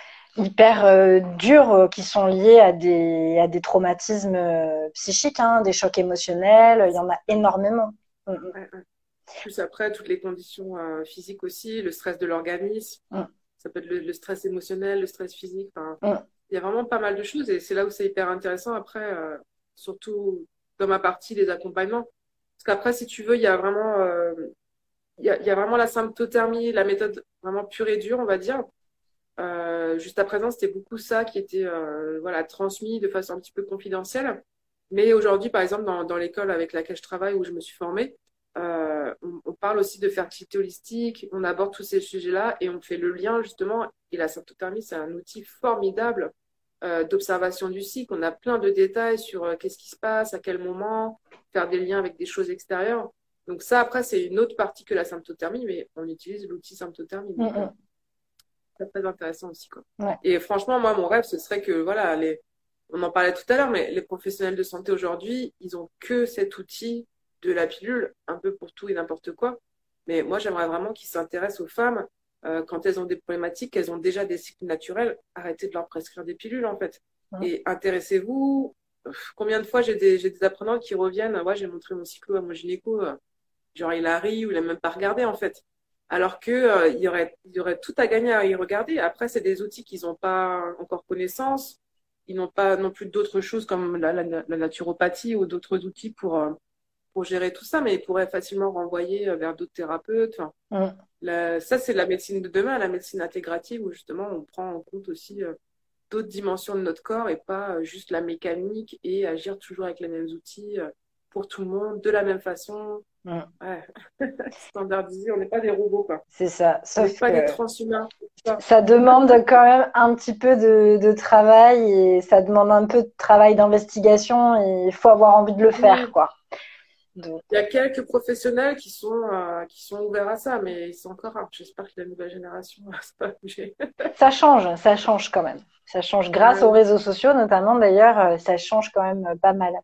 hyper euh, durs euh, qui sont liés à des, à des traumatismes euh, psychiques, hein, des chocs émotionnels. Il y en a énormément. Mm, mm, Ouais, ouais. Plus après toutes les conditions euh, physiques aussi, le stress de l'organisme, mm, ça peut être le, le stress émotionnel, le stress physique. Enfin, mm. il y a vraiment pas mal de choses et c'est là où c'est hyper intéressant après, euh, surtout dans ma partie les accompagnements. Parce qu'après, si tu veux, il y a vraiment, euh, il y a, il y a vraiment la symptothermie, la méthode vraiment pure et dure, on va dire. Euh, jusqu'à présent, c'était beaucoup ça qui était euh, voilà, transmis de façon un petit peu confidentielle. Mais aujourd'hui, par exemple, dans, dans l'école avec laquelle je travaille, où je me suis formée, euh, on, on parle aussi de fertilité holistique, on aborde tous ces sujets-là et on fait le lien justement. Et la symptothermie, c'est un outil formidable euh, d'observation du cycle. On a plein de détails sur euh, qu'est-ce qui se passe, à quel moment, faire des liens avec des choses extérieures. Donc ça, après, c'est une autre partie que la symptothermie, mais on utilise l'outil symptothermie. Donc, euh, Mm, c'est très intéressant aussi, quoi. mm. Ouais. Et franchement, moi, mon rêve, ce serait que, voilà, les, on en parlait tout à l'heure, mais les professionnels de santé aujourd'hui, ils ont que cet outil de la pilule, un peu pour tout et n'importe quoi. Mais moi, j'aimerais vraiment qu'ils s'intéressent aux femmes euh, quand elles ont des problématiques, qu'elles ont déjà des cycles naturels, arrêtez de leur prescrire des pilules, en fait. Mm. Et intéressez-vous. Pff, Combien de fois j'ai des, j'ai des apprenants qui reviennent, ouais, j'ai montré mon cyclo à mon gynéco, euh, genre il a ri ou il a même pas regardé, en fait. Alors que euh, il y aurait, il y aurait tout à gagner à y regarder. Après, c'est des outils qu'ils n'ont pas encore connaissance. Ils n'ont pas non plus d'autres choses comme la, la, la naturopathie ou d'autres outils pour, euh, pour gérer tout ça, mais ils pourraient facilement renvoyer euh, vers d'autres thérapeutes. Enfin, Mm. la- ça, c'est la médecine de demain, la médecine intégrative, où justement on prend en compte aussi euh, d'autres dimensions de notre corps et pas euh, juste la mécanique et agir toujours avec les mêmes outils euh, pour tout le monde, de la même façon. Mm. Ouais. Standardisé, on n'est pas des robots, quoi. C'est ça. On n'est Sauf pas que des transhumains. Ça. ça demande quand même un petit peu de, de travail et ça demande un peu de travail d'investigation et il faut avoir envie de le faire, Oui. quoi. Donc, Il y a quelques professionnels qui sont, euh, qui sont ouverts à ça, mais ils sont encore rares. J'espère que la nouvelle génération va pas bouger. ça change, ça change quand même. Ça change grâce Ouais, aux oui. réseaux sociaux, notamment d'ailleurs, euh, ça change quand même euh, pas mal.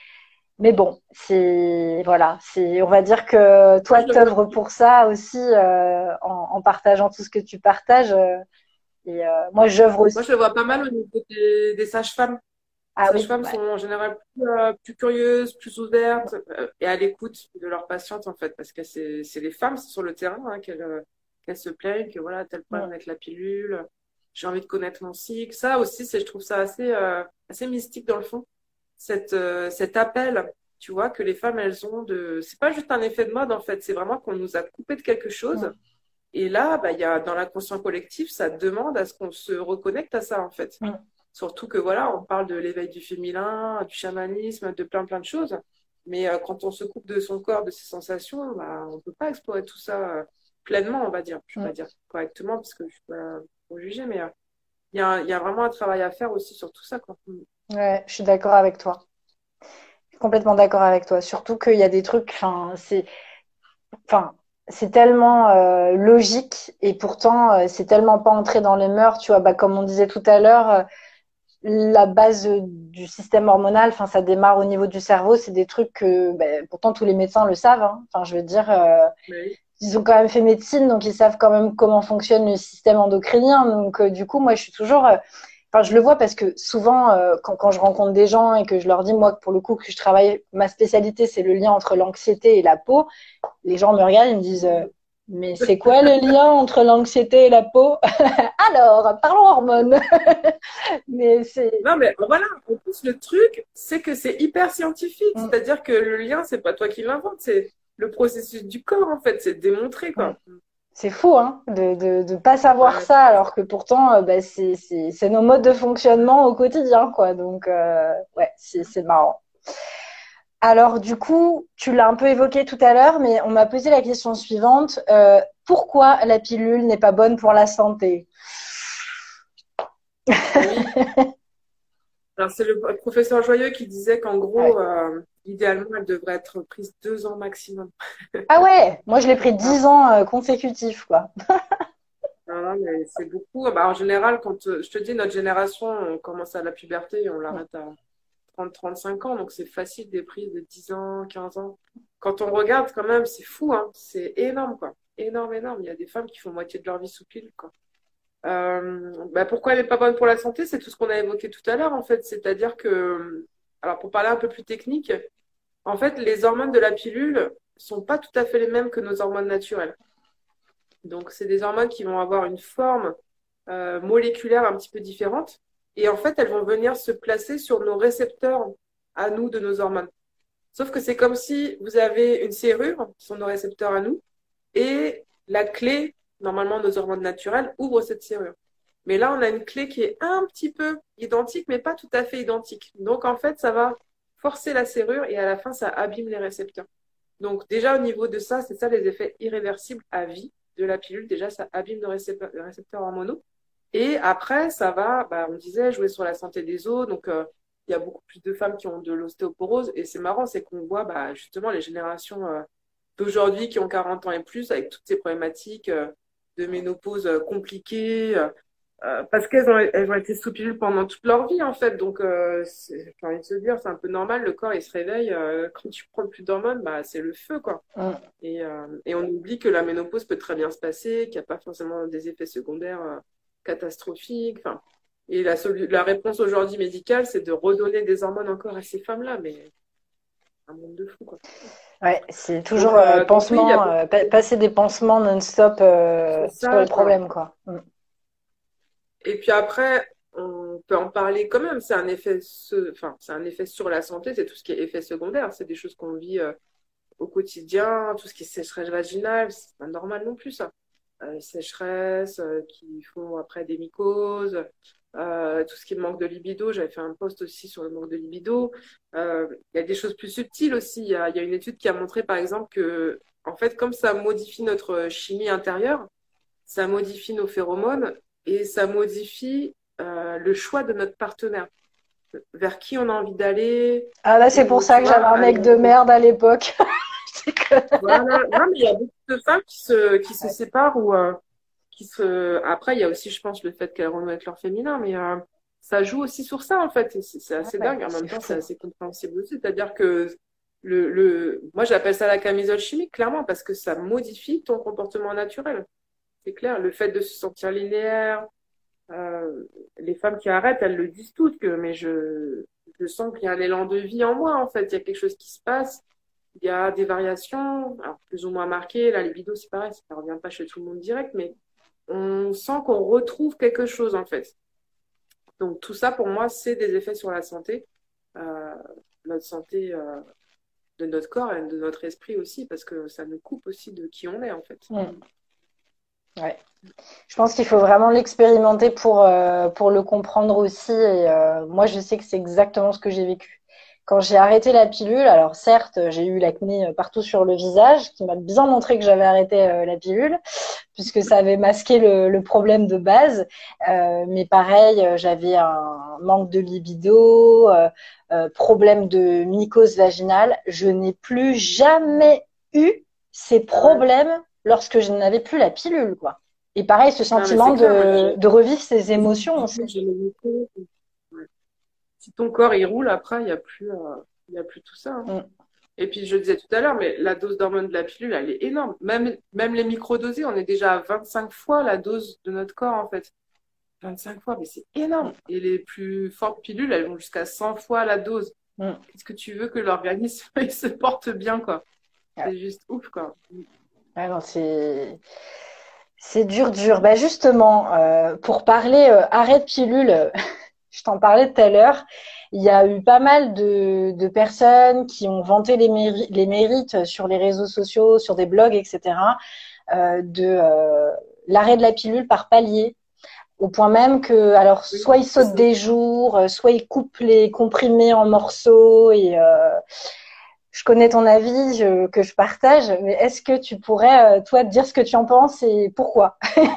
Mais bon, c'est voilà, c'est on va dire que Moi, toi je le vois, t'œuvres pour ça aussi euh, en, en partageant tout ce que tu partages. euh, et euh, moi j'œuvre moi, aussi. je le vois pas mal au niveau des, des sages-femmes. Les Ah oui, sages-femmes ouais. sont en général plus, euh, plus curieuses, plus ouvertes euh, et à l'écoute de leurs patientes, en fait, parce que c'est c'est les femmes sur le terrain hein, qu'elles euh, qu'elles se plaignent, que voilà, tel problème Mm. avec la pilule, j'ai envie de connaître mon cycle. Ça aussi, c'est, je trouve ça assez, euh, assez mystique dans le fond, cette, euh, cet appel, tu vois, que les femmes, elles ont de... C'est pas juste un effet de mode, en fait, c'est vraiment qu'on nous a coupé de quelque chose. Mm. Et là, bah, il y a, dans l'inconscient collectif, ça demande à ce qu'on se reconnecte à ça, en fait. Mm. Surtout que voilà, on parle de l'éveil du féminin, du chamanisme, de plein plein de choses. Mais euh, quand on se coupe de son corps, de ses sensations, bah, on peut pas explorer tout ça euh, pleinement, on va dire. Je vais Mm. pas dire correctement parce que je suis pas pour juger, mais euh, il y a, il y a vraiment un travail à faire aussi sur tout ça, quoi. Ouais, je suis d'accord avec toi. Je suis complètement d'accord avec toi. Surtout qu'il y a des trucs, enfin, c'est, enfin, c'est tellement euh, logique et pourtant euh, c'est tellement pas entré dans les mœurs. Tu vois, bah comme on disait tout à l'heure. euh, la base euh, du système hormonal, enfin, ça démarre au niveau du cerveau. C'est des trucs que, ben, pourtant, tous les médecins le savent. Hein. Enfin, je veux dire, euh, Mais ils ont quand même fait médecine, donc ils savent quand même comment fonctionne le système endocrinien. Donc, euh, du coup, moi, je suis toujours. euh, Enfin, je le vois parce que souvent, euh, quand, quand je rencontre des gens et que je leur dis, moi, pour le coup, que je travaille, ma spécialité, c'est le lien entre l'anxiété et la peau, les gens me regardent et me disent, euh, mais c'est quoi le lien entre l'anxiété et la peau? Alors, parlons hormones. Mais c'est. non, mais voilà, en plus, le truc, c'est que c'est hyper scientifique. Mm, C'est-à-dire que le lien, c'est pas toi qui l'invente, c'est le processus du corps, en fait. C'est démontré, mm. quoi. C'est fou, hein, de de de pas savoir Ouais. ça, alors que pourtant, euh, bah, c'est c'est c'est nos modes de fonctionnement au quotidien, quoi. Donc, euh, ouais, c'est c'est marrant. Alors, du coup, tu l'as un peu évoqué tout à l'heure, mais on m'a posé la question suivante. Euh, pourquoi la pilule n'est pas bonne pour la santé? Oui. Alors, c'est le professeur Joyeux qui disait qu'en Ouais. gros, euh, idéalement, elle devrait être prise deux ans maximum. Ah ouais, moi je l'ai pris Ah, dix ans euh, consécutifs, quoi. non, non, mais c'est beaucoup. Bah, en général, quand euh, je te dis, notre génération, on commence à la puberté et on l'arrête à trente trente-cinq ans. Donc, c'est facile des prises de dix ans, quinze ans. Quand on regarde, quand même, c'est fou, hein. C'est énorme, quoi. Énorme, énorme. Il y a des femmes qui font moitié de leur vie sous pilule, quoi. Euh, bah pourquoi elle n'est pas bonne pour la santé? C'est tout ce qu'on a évoqué tout à l'heure, en fait. C'est-à-dire que, alors pour parler un peu plus technique, en fait, les hormones de la pilule sont pas tout à fait les mêmes que nos hormones naturelles. Donc, c'est des hormones qui vont avoir une forme euh, moléculaire un petit peu différente. Et en fait, elles vont venir se placer sur nos récepteurs à nous de nos hormones. Sauf que c'est comme si vous avez une serrure sur nos récepteurs à nous et la clé, normalement nos hormones naturelles, ouvre cette serrure. Mais là, on a une clé qui est un petit peu identique, mais pas tout à fait identique. Donc, en fait, ça va forcer la serrure et à la fin, ça abîme les récepteurs. Donc, déjà, au niveau de ça, c'est ça les effets irréversibles à vie de la pilule. Déjà, ça abîme le récepteur, le récepteur hormonaux. Et après, ça va, bah, on disait, jouer sur la santé des os. Donc, euh, il y a beaucoup plus de femmes qui ont de l'ostéoporose. Et c'est marrant, c'est qu'on voit bah, justement les générations euh, d'aujourd'hui qui ont quarante ans et plus avec toutes ces problématiques euh, de ménopause euh, compliquées. Euh, euh, parce qu'elles ont, elles ont été sous pilule pendant toute leur vie, en fait. Donc, euh, c'est- j'ai envie de se dire, c'est un peu normal. Le corps, il se réveille. Euh, quand tu prends plus d'hormones, bah, c'est le feu, quoi. Mm. Et, euh, et on oublie que la ménopause peut très bien se passer, qu'il n'y a pas forcément des effets secondaires euh, catastrophiques. Enfin, et la, solu- la réponse aujourd'hui médicale, c'est de redonner des hormones encore à ces femmes-là. Mais un monde de fou, quoi. Ouais, c'est Donc, toujours euh, euh, donc oui, il y a pansement, beaucoup euh, pa- passer des pansements non-stop euh, de sur les ça, quoi. problèmes, quoi. Mm. Et puis après, on peut en parler quand même. C'est un effet, se- enfin, c'est un effet sur la santé. C'est tout ce qui est effet secondaire. C'est des choses qu'on vit euh, au quotidien. Tout ce qui est sécheresse vaginale, c'est pas normal non plus, ça. Euh, sécheresse, euh, qui font après des mycoses, euh, tout ce qui est manque de libido. J'avais fait un post aussi sur le manque de libido. Euh, Il y a des choses plus subtiles aussi. Il y a, il y a une étude qui a montré, par exemple, que, en fait, comme ça modifie notre chimie intérieure, ça modifie nos phéromones et ça modifie euh, le choix de notre partenaire, vers qui on a envie d'aller, Ah là, c'est pour ou tu ça que vois, j'avais un aller mec de merde à l'époque. C'est que- voilà. Non, mais il y a beaucoup de femmes qui se, qui se séparent ou euh, qui se. Après, il y a aussi, je pense, le fait qu'elles renouent avec leur féminin, mais euh, ça joue aussi sur ça, en fait. Et c'est c'est assez Ouais, dingue. En même c'est temps, fou. c'est assez compréhensible aussi. C'est-à-dire que le, le... moi, j'appelle ça la camisole chimique, clairement, parce que ça modifie ton comportement naturel. C'est clair. Le fait de se sentir linéaire, euh, les femmes qui arrêtent, elles le disent toutes, que mais je, je sens qu'il y a un élan de vie en moi, en fait. Il y a quelque chose qui se passe. Il y a des variations, alors plus ou moins marquées. La libido, c'est pareil, ça ne revient pas chez tout le monde direct, mais on sent qu'on retrouve quelque chose, en fait. Donc, tout ça, pour moi, c'est des effets sur la santé, euh, notre santé euh, de notre corps et de notre esprit aussi, parce que ça nous coupe aussi de qui on est, en fait. Mm. Ouais. Je pense qu'il faut vraiment l'expérimenter pour, euh, pour le comprendre aussi. Et euh, moi, je sais que c'est exactement ce que j'ai vécu. Quand j'ai arrêté la pilule, alors certes, j'ai eu l'acné partout sur le visage, qui m'a bien montré que j'avais arrêté euh, la pilule, puisque ça avait masqué le, le problème de base. Euh, mais pareil, euh, j'avais un manque de libido, euh, euh, problème de mycose vaginale. Je n'ai plus jamais eu ces problèmes lorsque je n'avais plus la pilule, quoi. Et pareil, ce Non, mais sentiment c'est clair, moi, de, j'ai de revivre ces émotions aussi. j'ai le mycose. Ouais. Si ton corps, il roule, après, il n'y a plus, euh, il y a plus tout ça, hein. Mm. Et puis, je le disais tout à l'heure, mais la dose d'hormones de la pilule, elle est énorme. Même, même les microdosés, on est déjà à vingt-cinq fois la dose de notre corps, en fait. vingt-cinq fois, mais c'est énorme. Et les plus fortes pilules, elles vont jusqu'à cent fois la dose. Mm. Qu'est-ce que tu veux que l'organisme il se porte bien, quoi? Ouais. C'est juste ouf, quoi. Ouais, non, c'est c'est dur, dur. Bah justement, euh, pour parler euh, arrêt de pilule, je t'en parlais tout à l'heure. Il y a eu pas mal de, de personnes qui ont vanté les, méri- les mérites sur les réseaux sociaux, sur des blogs, et cetera, euh, de euh, l'arrêt de la pilule par palier. Au point même que, alors, Oui, soit ils c'est sautent ça. des jours, euh, soit ils coupent les comprimés en morceaux. Et euh, je connais ton avis je, que je partage, mais est-ce que tu pourrais, euh, toi, dire ce que tu en penses et pourquoi?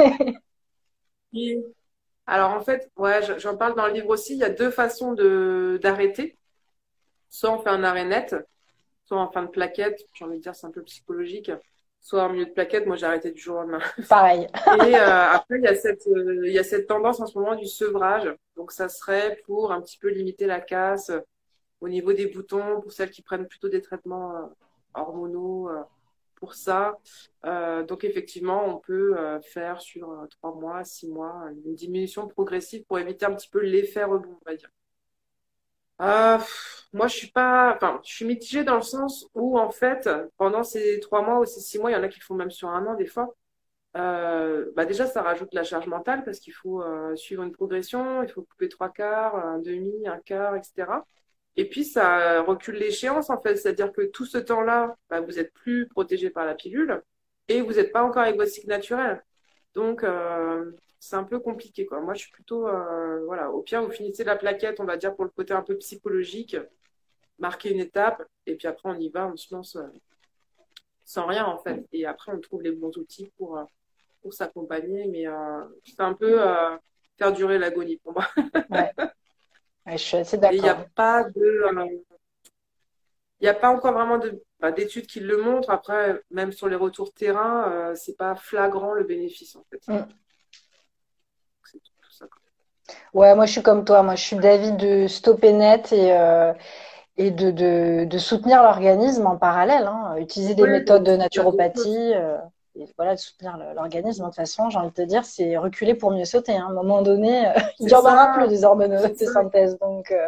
Et- Alors, en fait, ouais, je- j'en parle dans le livre aussi. Il y a deux façons de d'arrêter. Soit on fait un arrêt net, soit en fin de plaquette. J'ai envie de dire, c'est un peu psychologique. Soit en milieu de plaquette. Moi, j'ai arrêté du jour au lendemain. Pareil. Et euh, après, il y a cette, euh, il y a cette tendance en ce moment du sevrage. Donc, ça serait pour un petit peu limiter la casse euh, au niveau des boutons, pour celles qui prennent plutôt des traitements euh, hormonaux euh, pour ça. Euh, donc, effectivement, on peut euh, faire sur euh, trois mois, six mois, une diminution progressive pour éviter un petit peu l'effet rebond, on va dire. Euh, pff, moi, je suis pas, enfin, je suis mitigée dans le sens où, en fait, pendant ces trois mois ou ces six mois, il y en a qui le font même sur un an des fois. Euh, bah déjà, ça rajoute de la charge mentale parce qu'il faut euh, suivre une progression, il faut couper trois quarts, un demi, un quart, et cetera. Et puis, ça recule l'échéance, en fait. C'est-à-dire que tout ce temps-là, bah, vous êtes plus protégé par la pilule et vous n'êtes pas encore avec votre cycle naturel. Donc, euh, c'est un peu compliqué, quoi. Moi, je suis plutôt, euh, voilà, au pire, vous finissez la plaquette, on va dire, pour le côté un peu psychologique, marquer une étape, et puis après, on y va, on se lance euh, sans rien, en fait. Et après, on trouve les bons outils pour, euh, pour s'accompagner, mais euh, c'est un peu euh, faire durer l'agonie pour moi. Ouais, ouais, je suis assez Et il n'y a d'accord. pas de, euh, il n'y a pas encore vraiment de, bah, d'études qui le montrent. Après, même sur les retours terrain, euh, c'est pas flagrant le bénéfice, en fait. Mm. C'est tout, tout ça, quoi. Ouais, moi je suis comme toi. Moi je suis d'avis de stopper net et, euh, et de, de, de soutenir l'organisme en parallèle, hein. Utiliser des Ouais, méthodes de il y a d'autres choses. naturopathie, euh, et voilà, de soutenir le- l'organisme. De toute façon, j'ai envie de te dire, c'est reculer pour mieux sauter, hein. À un moment donné, euh, il C'est y en aura plus ça, des hormones c'est de ça. synthèse. Donc, euh,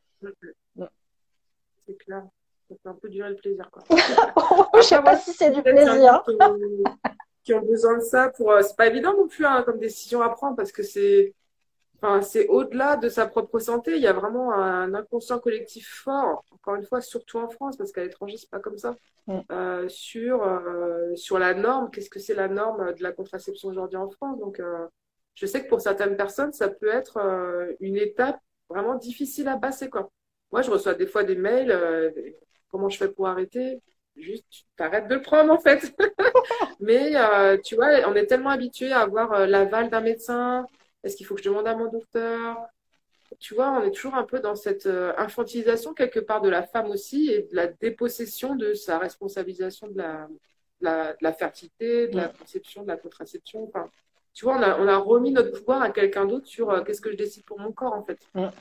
C'est clair. Ça fait un peu durer le plaisir, quoi. je sais Après, pas voilà, si c'est du peut-être qu'il y en a plaisir. qui ont, qui ont besoin de ça pour. euh, C'est pas évident non plus, hein, comme décision à prendre parce que c'est, enfin, c'est au-delà de sa propre santé. Il y a vraiment un inconscient collectif fort. Encore une fois, surtout en France, parce qu'à l'étranger, c'est pas comme ça. Mm. Euh, sur euh, sur la norme, qu'est-ce que c'est la norme de la contraception aujourd'hui en France? Donc, euh, je sais que pour certaines personnes, ça peut être euh, une étape vraiment difficile à passer, quoi. Moi, je reçois des fois des mails. euh, comment je fais pour arrêter? Juste, tu t'arrêtes de le prendre, en fait. Mais euh, tu vois, on est tellement habitué à avoir euh, l'aval d'un médecin. Est-ce qu'il faut que je demande à mon docteur? Tu vois, on est toujours un peu dans cette euh, infantilisation quelque part de la femme aussi et de la dépossession de sa responsabilisation de la, de la, de la fertilité, de la Mm. conception, de la contraception. Enfin, tu vois, on a, on a remis notre pouvoir à quelqu'un d'autre sur euh, qu'est-ce que je décide pour mon corps, en fait. Mm.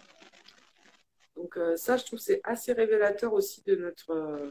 Donc euh, ça, je trouve, c'est assez révélateur aussi de notre euh,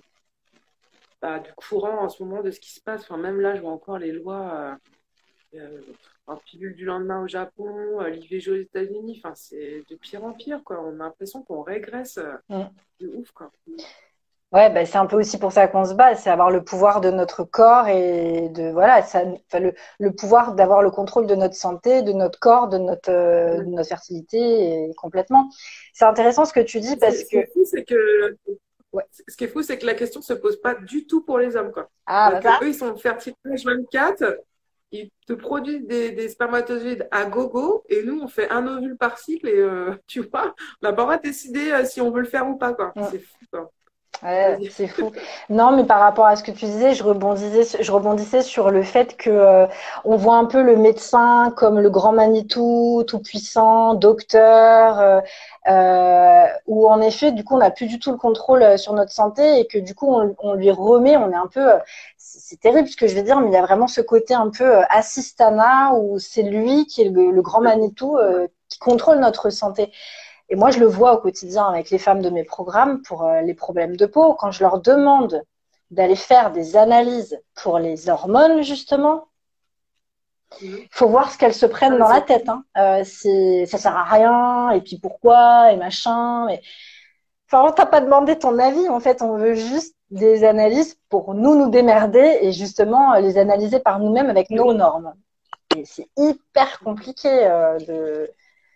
bah, du courant en ce moment, de ce qui se passe. Enfin, même là, je vois encore les lois. Euh, euh, en pilule du lendemain au Japon, euh, l'I V G aux États-Unis, enfin, c'est de pire en pire, quoi. On a l'impression qu'on régresse euh, Mm. de ouf, quoi. Ouais, bah, c'est un peu aussi pour ça qu'on se bat, c'est avoir le pouvoir de notre corps et de voilà, ça, enfin, le, le pouvoir d'avoir le contrôle de notre santé, de notre corps, de notre, euh, de notre fertilité et complètement. C'est intéressant ce que tu dis Ce parce ce qui que est fou, c'est que ouais. ce qui est fou, c'est que la question se pose pas du tout pour les hommes, quoi. Ah bah C'est-à-dire ça. que eux, ils sont fertiles H vingt-quatre, ils te produisent des, des spermatozoïdes à gogo, et nous, on fait un ovule par cycle, et euh, tu vois, on n'a pas le droit de décider euh, si on veut le faire ou pas, quoi. Mm. C'est fou, quoi. Ouais, Vas-y. c'est fou. Non, mais par rapport à ce que tu disais, je rebondissais, je rebondissais sur le fait que euh, on voit un peu le médecin comme le grand Manitou, tout puissant, docteur, euh, euh, où en effet, du coup, on n'a plus du tout le contrôle euh, sur notre santé et que du coup, on, on lui remet, on est un peu, euh, c'est c'est terrible ce que je vais dire, mais il y a vraiment ce côté un peu euh, assistana où c'est lui qui est le, le grand Manitou euh, qui contrôle notre santé. Et moi, je le vois au quotidien avec les femmes de mes programmes pour euh, les problèmes de peau. Quand je leur demande d'aller faire des analyses pour les hormones, justement, Mhm. il faut voir ce qu'elles se Ah, prennent mais dans la c'est tête, hein. Euh, c'est, ça sert à rien, et puis pourquoi, et machin. Mais... Enfin, on t'a pas demandé ton avis. En fait, on veut juste des analyses pour nous nous démerder et justement euh, les analyser par nous-mêmes avec nos oui. normes. Et c'est hyper compliqué euh, de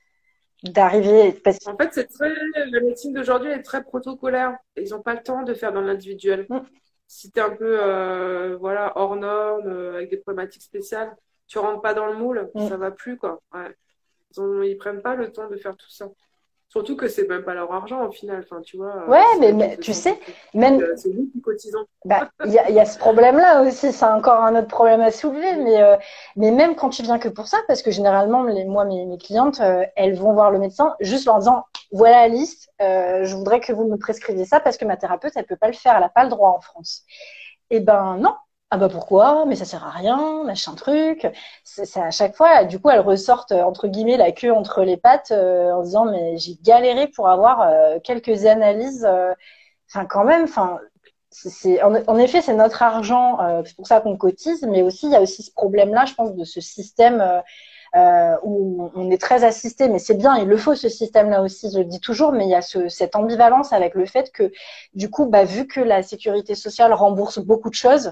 d'arriver parce que En fait, c'est très, la médecine d'aujourd'hui elle est très protocolaire. Ils n'ont pas le temps de faire dans l'individuel. Si tu es un peu euh, voilà, hors norme, euh, avec des problématiques spéciales, tu rentres pas dans le moule, mm, ça va plus, quoi. Ouais. Ils, ont, ils prennent pas le temps de faire tout ça. Surtout que c'est même pas leur argent au final. Enfin, tu vois, ouais, euh, si mais, la caisse mais de tu santé sais, publique, même euh, c'est nous qui cotisons. bah, il y a, il y a ce problème-là aussi, c'est encore un autre problème à soulever, Oui. mais, euh, mais même quand tu viens que pour ça, parce que généralement, les, moi, mes, mes clientes, euh, elles vont voir le médecin juste en disant, voilà la liste, euh, je voudrais que vous me prescriviez ça parce que ma thérapeute, elle peut pas le faire, elle a pas le droit en France. Eh ben non. Ah bah pourquoi? Mais ça sert à rien, machin truc. C'est ça à chaque fois. Du coup, elles ressortent euh, entre guillemets la queue entre les pattes euh, en disant mais j'ai galéré pour avoir euh, quelques analyses. euh, Enfin quand même. Enfin c'est, c'est en, en effet c'est notre argent. euh, c'est pour ça qu'on cotise. Mais aussi il y a aussi ce problème-là, je pense, de ce système euh, euh, où on est très assisté. Mais c'est bien, il le faut ce système-là aussi. Je le dis toujours. Mais il y a ce, cette ambivalence avec le fait que du coup, bah vu que la sécurité sociale rembourse beaucoup de choses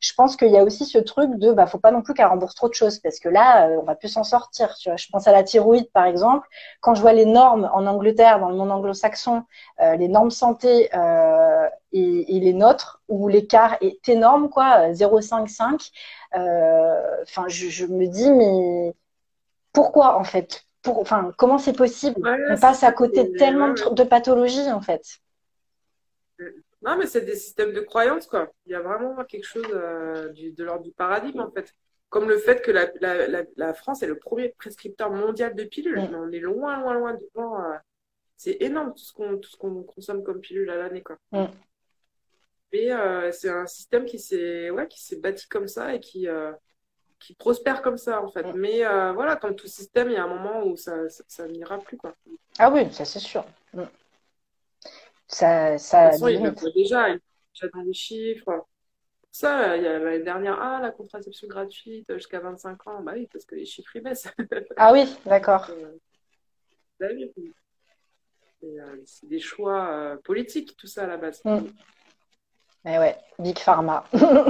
je pense qu'il y a aussi ce truc de, bah, faut pas non plus qu'elle rembourse trop de choses parce que là, euh, on va plus s'en sortir. Tu vois, je pense à la thyroïde par exemple. Quand je vois les normes en Angleterre, dans le monde anglo-saxon, euh, les normes santé euh, et, et les nôtres, où l'écart est énorme, quoi, zéro virgule cinquante-cinq. Enfin, euh, je, je me dis, mais pourquoi en fait? Pour, enfin, comment c'est possible? Ouais, On c'est passe à ça. côté de c'est- tellement Ouais, de, ouais. tr- de pathologies en fait. Non, mais c'est des systèmes de croyances, quoi. Il y a vraiment quelque chose euh, du- de l'ordre du paradigme, en fait. Comme le fait que la, la, la, la France est le premier prescripteur mondial de pilules. Mm, Mais on est loin, loin, loin devant. euh, C'est énorme tout ce qu'on tout ce qu'on consomme comme pilules à l'année, quoi. mm. Mais euh, c'est un système qui s'est ouais, qui s'est bâti comme ça et qui, euh, qui prospère comme ça, en fait. Mm. Mais euh, voilà, comme tout système, il y a un moment où ça, ça, ça n'ira plus, quoi. De Ah oui, ça c'est sûr. Mm. Ça, toute ça a façon, des il le limites. voit déjà. Il voit déjà dans les chiffres. Ça, il y a l'année dernière, ah, la contraception gratuite jusqu'à vingt-cinq ans. Bah oui, parce que les chiffres, ils baissent. Ah oui, Donc, d'accord. euh, bah oui, c'est euh, c'est des choix euh, politiques, tout ça, à la base. Mm. Mais ouais, Big Pharma.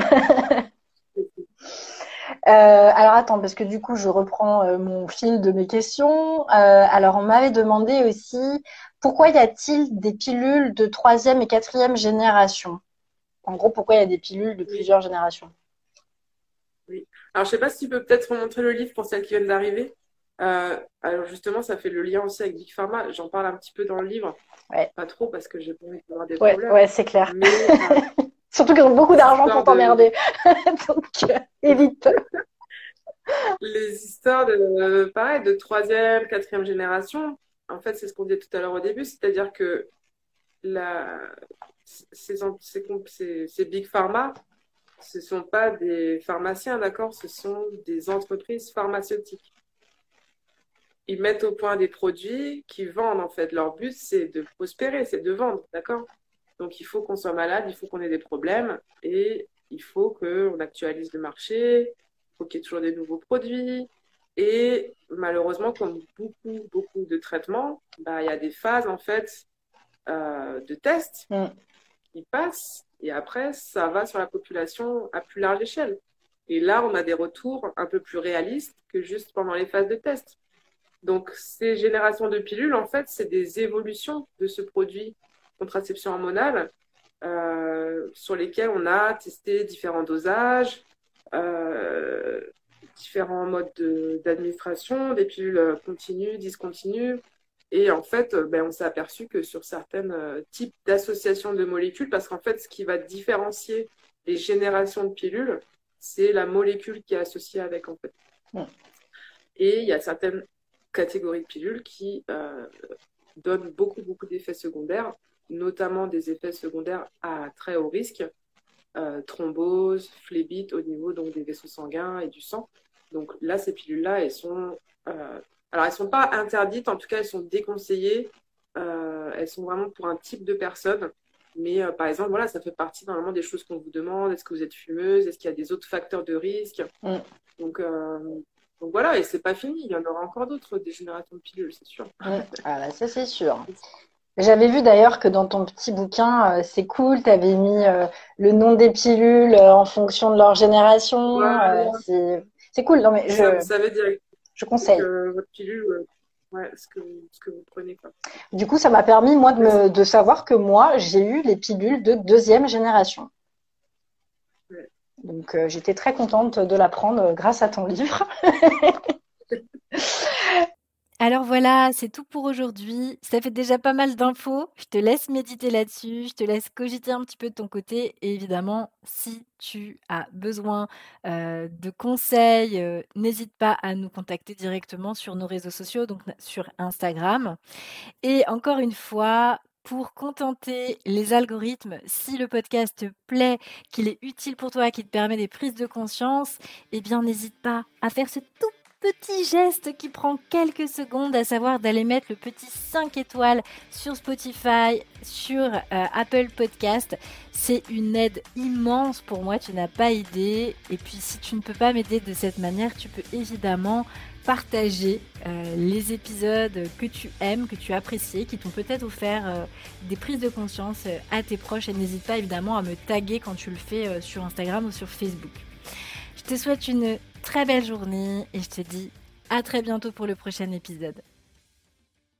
Euh, alors attends, parce que du coup, je reprends euh, mon fil de mes questions. Euh, alors, on m'avait demandé aussi, pourquoi y a-t-il des pilules de troisième et quatrième génération? En gros, pourquoi il y a des pilules de Oui, plusieurs générations? oui. Alors, je sais pas si tu peux peut-être remontrer le livre pour celles qui viennent d'arriver. Euh, alors, justement, ça fait le lien aussi avec Big Pharma. J'en parle un petit peu dans le livre. Ouais, Pas trop, parce que j'ai pas envie d'avoir des ouais, problèmes. ouais, c'est clair. Mais euh, Surtout qu'ils ont beaucoup les d'argent pour histoires de, t'emmerder. Donc, euh, évite. les histoires de, pareil, de troisième, quatrième génération, en fait, c'est ce qu'on disait tout à l'heure au début, c'est-à-dire que la, ces, ces, ces, ces big pharma, ce ne sont pas des pharmaciens, d'accord? Ce sont des entreprises pharmaceutiques. Ils mettent au point des produits qui vendent, en fait. Leur but, c'est de prospérer, c'est de vendre, d'accord? Donc, il faut qu'on soit malade, il faut qu'on ait des problèmes et il faut qu'on actualise le marché, il faut qu'il y ait toujours des nouveaux produits. Et malheureusement, comme beaucoup, beaucoup de traitements, bah, il y a des phases, en fait, euh, de tests Mm. qui passent et après, ça va sur la population à plus large échelle. Et là, on a des retours un peu plus réalistes que juste pendant les phases de test. Donc, ces générations de pilules, en fait, c'est des évolutions de ce produit contraception hormonale euh, sur lesquelles on a testé différents dosages, euh, différents modes de- d'administration, des pilules continues, discontinues. Et en fait, euh, ben, on s'est aperçu que sur certains euh, types d'associations de molécules, parce qu'en fait, ce qui va différencier les générations de pilules, c'est la molécule qui est associée avec, en fait. Mm. Et il y a certaines catégories de pilules qui euh, donnent beaucoup, beaucoup d'effets secondaires, notamment des effets secondaires à très haut risque, euh, thrombose, phlébite au niveau donc, des vaisseaux sanguins et du sang. Donc là, ces pilules-là, elles sont... Euh, alors, elles ne sont pas interdites, en tout cas, elles sont déconseillées. Euh, elles sont vraiment pour un type de personne. Mais euh, par exemple, voilà, ça fait partie normalement des choses qu'on vous demande. Est-ce que vous êtes fumeuse? Est-ce qu'il y a des autres facteurs de risque? Mm. Donc, euh, donc voilà, et c'est pas fini. Il y en aura encore d'autres, des générations de pilules, c'est sûr. Mm. Ah bah, ça, c'est sûr. J'avais vu d'ailleurs que dans ton petit bouquin, euh, c'est cool, tu avais mis euh, le nom des pilules euh, en fonction de leur génération. Euh, Voilà, c'est c'est cool. Non mais ça, vous je savez directement je conseille. que votre pilule, euh, ouais, ce que, ce que vous prenez, quoi. Du coup, ça m'a permis moi de Ouais, c'est- me de savoir que moi j'ai eu les pilules de deuxième génération. ouais. Donc euh, j'étais très contente de l'apprendre euh, grâce à ton livre. Alors voilà, c'est tout pour aujourd'hui. Ça fait déjà pas mal d'infos. Je te laisse méditer là-dessus, je te laisse cogiter un petit peu de ton côté. Et évidemment, si tu as besoin euh, de conseils, euh, n'hésite pas à nous contacter directement sur nos réseaux sociaux, donc na- sur Instagram. Et encore une fois, pour contenter les algorithmes, si le podcast te plaît, qu'il est utile pour toi, qu'il te permet des prises de conscience, eh bien n'hésite pas à faire ce tout petit geste qui prend quelques secondes, à savoir d'aller mettre le petit cinq étoiles sur Spotify, sur euh, Apple Podcast. C'est une aide immense pour moi, tu n'as pas idée. Et puis si tu ne peux pas m'aider de cette manière, tu peux évidemment partager euh, les épisodes que tu aimes, que tu apprécies, qui t'ont peut-être offert euh, des prises de conscience euh, à tes proches. Et n'hésite pas évidemment à me taguer quand tu le fais euh, sur Instagram ou sur Facebook. Je te souhaite une très belle journée et je te dis à très bientôt pour le prochain épisode.